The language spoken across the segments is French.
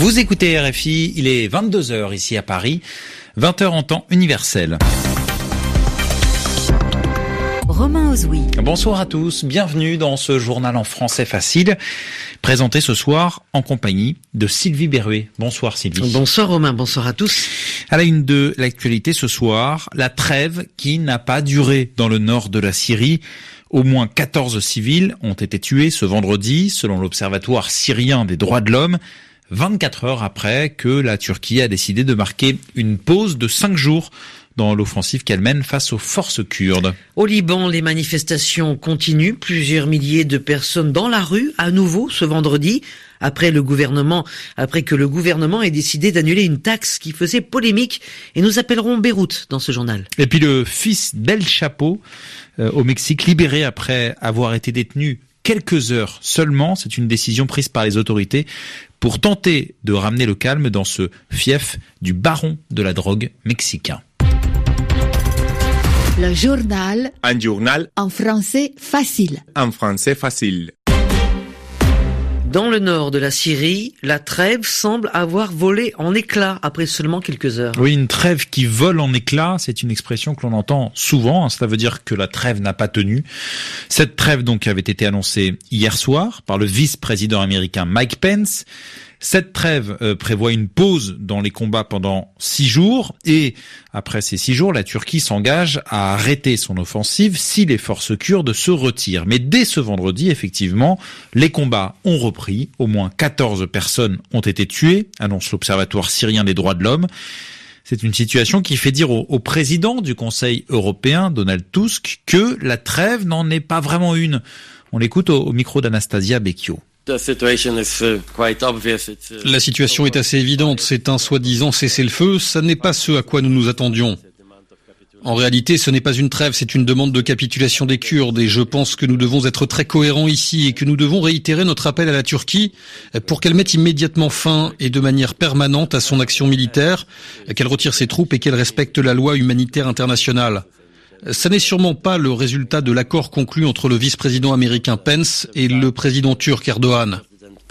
Vous écoutez RFI, il est 22h ici à Paris, 20h en temps universel. Romain Ozoui. Bonsoir à tous, bienvenue dans ce journal en français facile, présenté ce soir en compagnie de Sylvie Berruet. Bonsoir Sylvie. Bonsoir Romain, bonsoir à tous. À la une de l'actualité ce soir, la trêve qui n'a pas duré dans le nord de la Syrie. Au moins 14 civils ont été tués ce vendredi, selon l'Observatoire syrien des droits de l'homme, 24 heures après que la Turquie a décidé de marquer une pause de 5 jours dans l'offensive qu'elle mène face aux forces kurdes. Au Liban, les manifestations continuent. Plusieurs milliers de personnes dans la rue, à nouveau, ce vendredi, après que le gouvernement ait décidé d'annuler une taxe qui faisait polémique. Et nous appellerons Beyrouth dans ce journal. Et puis le fils d'El Chapo, au Mexique, libéré après avoir été détenu quelques heures seulement. C'est une décision prise par les autorités pour tenter de ramener le calme dans ce fief du baron de la drogue mexicain. Le journal. Un journal En français facile. en français facile. Dans le nord de la Syrie, la trêve semble avoir volé en éclats après seulement quelques heures. Oui, une trêve qui vole en éclats, c'est une expression que l'on entend souvent. Cela veut dire que la trêve n'a pas tenu. Cette trêve donc avait été annoncée hier soir par le vice-président américain Mike Pence. Cette trêve prévoit une pause dans les combats pendant 6 jours et après ces 6 jours, la Turquie s'engage à arrêter son offensive si les forces kurdes se retirent. Mais dès ce vendredi, effectivement, les combats ont repris. Au moins 14 personnes ont été tuées, annonce l'Observatoire syrien des droits de l'homme. C'est une situation qui fait dire au président du Conseil européen, Donald Tusk, que la trêve n'en est pas vraiment une. On l'écoute au micro d'Anastasia Becchio. La situation est assez évidente, c'est un soi-disant cessez-le-feu, ça n'est pas ce à quoi nous nous attendions. En réalité, ce n'est pas une trêve, c'est une demande de capitulation des Kurdes et je pense que nous devons être très cohérents ici et que nous devons réitérer notre appel à la Turquie pour qu'elle mette immédiatement fin et de manière permanente à son action militaire, qu'elle retire ses troupes et qu'elle respecte la loi humanitaire internationale. Ça n'est sûrement pas le résultat de l'accord conclu entre le vice-président américain Pence et le président turc Erdogan.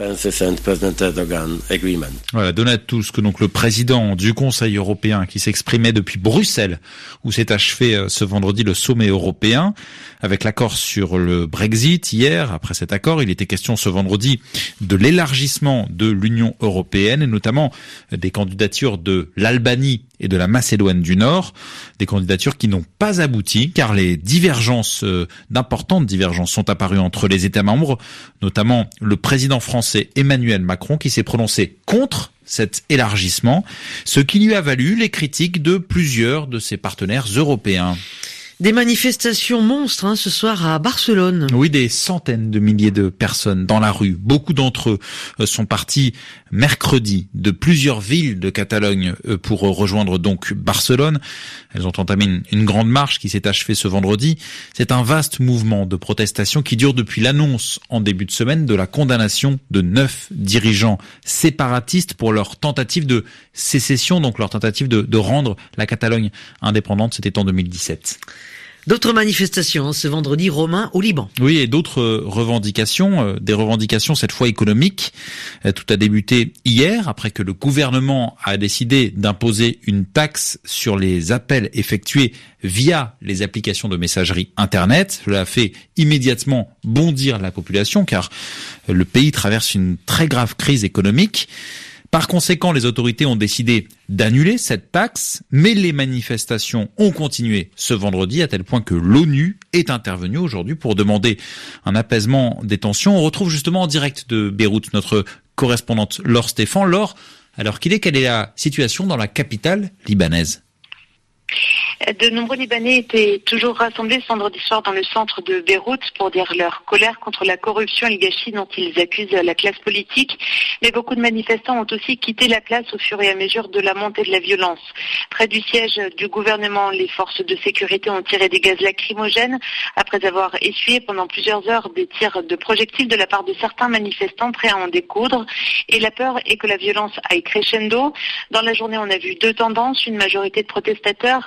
Voilà, Donald Tusk, donc le président du Conseil européen qui s'exprimait depuis Bruxelles, où s'est achevé ce vendredi le sommet européen, avec l'accord sur le Brexit hier. Après cet accord, il était question ce vendredi de l'élargissement de l'Union européenne et notamment des candidatures de l'Albanie et de la Macédoine du Nord, des candidatures qui n'ont pas abouti car les d'importantes divergences sont apparues entre les États membres, notamment le président français Emmanuel Macron qui s'est prononcé contre cet élargissement, ce qui lui a valu les critiques de plusieurs de ses partenaires européens. Des manifestations monstres ce soir à Barcelone. Oui, des centaines de milliers de personnes dans la rue. Beaucoup d'entre eux sont partis mercredi de plusieurs villes de Catalogne pour rejoindre donc Barcelone. Elles ont entamé une grande marche qui s'est achevée ce vendredi. C'est un vaste mouvement de protestation qui dure depuis l'annonce en début de semaine de la condamnation de 9 dirigeants séparatistes pour leur tentative de sécession, donc leur tentative de rendre la Catalogne indépendante. C'était en 2017. D'autres manifestations ce vendredi, Romain, au Liban. Oui, et d'autres revendications, des revendications cette fois économiques. Tout a débuté hier, après que le gouvernement a décidé d'imposer une taxe sur les appels effectués via les applications de messagerie Internet. Cela a fait immédiatement bondir la population, car le pays traverse une très grave crise économique. Par conséquent, les autorités ont décidé d'annuler cette taxe, mais les manifestations ont continué ce vendredi à tel point que l'ONU est intervenue aujourd'hui pour demander un apaisement des tensions. On retrouve justement en direct de Beyrouth notre correspondante Laure Stéphane. Laure, alors quelle est la situation dans la capitale libanaise ? De nombreux Libanais étaient toujours rassemblés ce vendredi soir dans le centre de Beyrouth pour dire leur colère contre la corruption et le gâchis dont ils accusent la classe politique. Mais beaucoup de manifestants ont aussi quitté la place au fur et à mesure de la montée de la violence. Près du siège du gouvernement, les forces de sécurité ont tiré des gaz lacrymogènes après avoir essuyé pendant plusieurs heures des tirs de projectiles de la part de certains manifestants prêts à en découdre. Et la peur est que la violence aille crescendo. Dans la journée, on a vu deux tendances, une majorité de protestateurs, des jeunes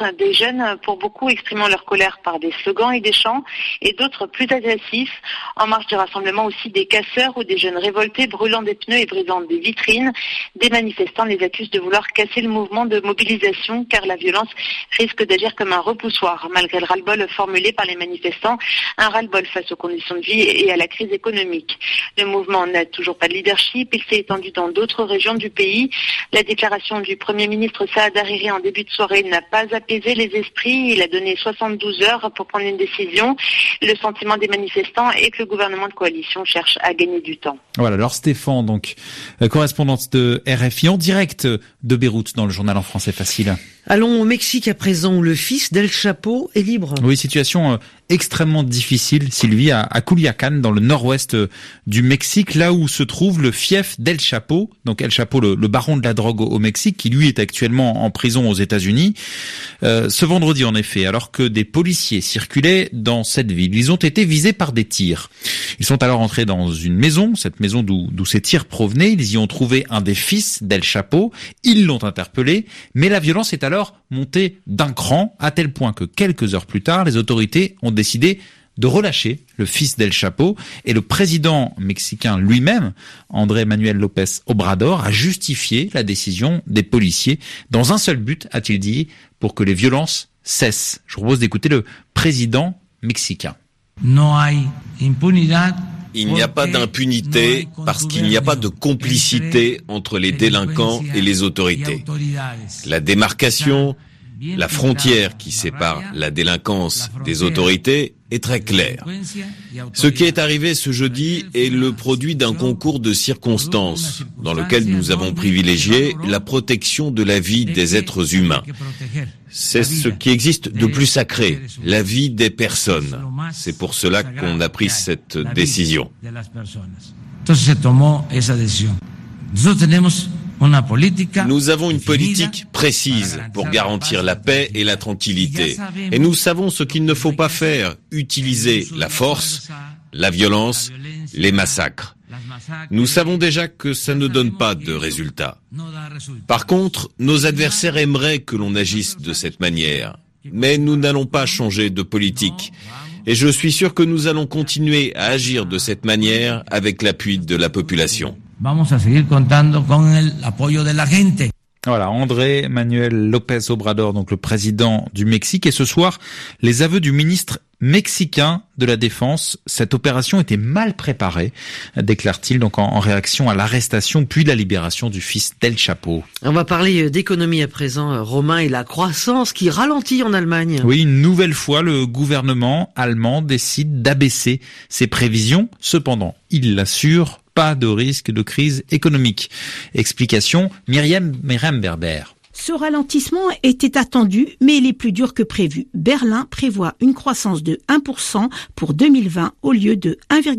jeunes, pour beaucoup exprimant leur colère par des slogans et des chants, et d'autres plus agressifs. En marge du rassemblement aussi des casseurs ou des jeunes révoltés brûlant des pneus et brisant des vitrines. Des manifestants les accusent de vouloir casser le mouvement de mobilisation car la violence risque d'agir comme un repoussoir. Malgré le ras-le-bol formulé par les manifestants, un ras-le-bol face aux conditions de vie et à la crise économique. Le mouvement n'a toujours pas de leadership, il s'est étendu dans d'autres régions du pays. La déclaration du Premier ministre Saad Hariri en début de soirée n'a pas apaisé les esprits. Il a donné 72 heures pour prendre une décision. Le sentiment des manifestants est que le gouvernement de coalition cherche à gagner du temps. Voilà, Laure Stéphan, donc correspondante de RFI en direct de Beyrouth dans le journal en français facile. Allons au Mexique à présent où le fils d'El Chapo est libre. Oui, situation extrêmement difficile, Sylvie, à Culiacán, dans le nord-ouest du Mexique, là où se trouve le fief d'El Chapo. Donc El Chapo, le baron de la drogue au Mexique, qui lui est actuellement en prison aux États-Unis. Ce vendredi, en effet, alors que des policiers circulaient dans cette ville, ils ont été visés par des tirs. Ils sont alors entrés dans une maison, cette maison d'où ces tirs provenaient. Ils y ont trouvé un des fils d'El Chapo. Ils l'ont interpellé, mais la violence est alors montée d'un cran, à tel point que quelques heures plus tard, les autorités ont décidé de relâcher le fils d'El Chapo, et le président mexicain lui-même, Andrés Manuel López Obrador, a justifié la décision des policiers dans un seul but, a-t-il dit, pour que les violences cessent. Je vous propose d'écouter le président mexicain. Il n'y a pas d'impunité parce qu'il n'y a pas de complicité entre les délinquants et les autorités. La démarcation, la frontière qui sépare la délinquance des autorités est très claire. Ce qui est arrivé ce jeudi est le produit d'un concours de circonstances dans lequel nous avons privilégié la protection de la vie des êtres humains. C'est ce qui existe de plus sacré, la vie des personnes. C'est pour cela qu'on a pris cette décision. Nous avons une politique précise pour garantir la paix et la tranquillité. Et nous savons ce qu'il ne faut pas faire, utiliser la force, la violence, les massacres. Nous savons déjà que ça ne donne pas de résultat. Par contre, nos adversaires aimeraient que l'on agisse de cette manière. Mais nous n'allons pas changer de politique. Et je suis sûr que nous allons continuer à agir de cette manière avec l'appui de la population. Voilà, Andrés Manuel López Obrador, donc le président du Mexique. Et ce soir, les aveux du ministre mexicain de la Défense. Cette opération était mal préparée, déclare-t-il, donc en réaction à l'arrestation puis la libération du fils d'El Chapo. On va parler d'économie à présent, Romain, et la croissance qui ralentit en Allemagne. Oui, une nouvelle fois, le gouvernement allemand décide d'abaisser ses prévisions. Cependant, il l'assure, pas de risque de crise économique. Explication, Myriam Berber. Ce ralentissement était attendu, mais il est plus dur que prévu. Berlin prévoit une croissance de 1% pour 2020 au lieu de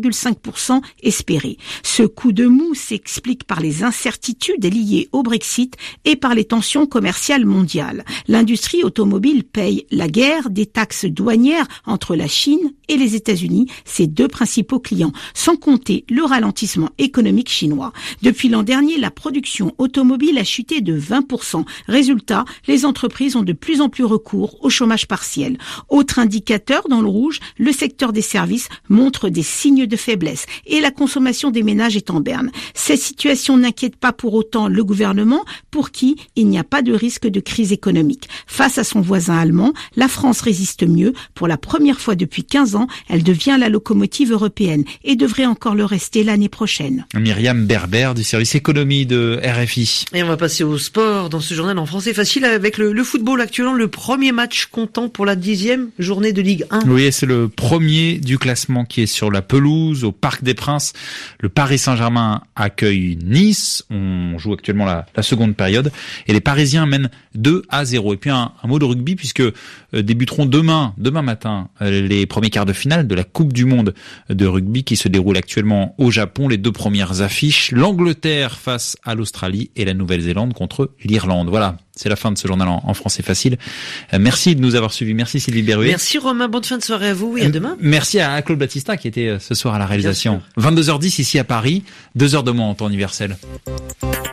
1,5% espéré. Ce coup de mou s'explique par les incertitudes liées au Brexit et par les tensions commerciales mondiales. L'industrie automobile paye la guerre des taxes douanières entre la Chine et les États-Unis, ses deux principaux clients, sans compter le ralentissement économique chinois. Depuis l'an dernier, la production automobile a chuté de 20%. Résultat, les entreprises ont de plus en plus recours au chômage partiel. Autre indicateur dans le rouge, le secteur des services montre des signes de faiblesse et la consommation des ménages est en berne. Cette situation n'inquiète pas pour autant le gouvernement, pour qui il n'y a pas de risque de crise économique. Face à son voisin allemand, la France résiste mieux. Pour la première fois depuis 15 ans, elle devient la locomotive européenne et devrait encore le rester l'année prochaine. Myriam Berber du service économie de RFI. Et on va passer au sport dans ce journal en français facile avec le football actuellement, le premier match comptant pour la 10e journée de Ligue 1. Oui, c'est le premier du classement qui est sur la pelouse au Parc des Princes. Le Paris Saint-Germain accueille Nice. On joue actuellement la seconde période et les Parisiens mènent 2-0. Et puis un mot de rugby puisque débuteront demain matin les premiers quarts de finale de la Coupe du Monde de rugby qui se déroule actuellement au Japon. Les deux premières affiches, l'Angleterre face à l'Australie et la Nouvelle-Zélande contre l'Irlande. Voilà, c'est la fin de ce journal en français facile. Merci de nous avoir suivis. Merci Sylvie Berruet. Merci Romain, bonne fin de soirée à vous et à demain. Merci à Claude Battista qui était ce soir à la réalisation. 22h10 ici à Paris, 2h de moins en temps universel.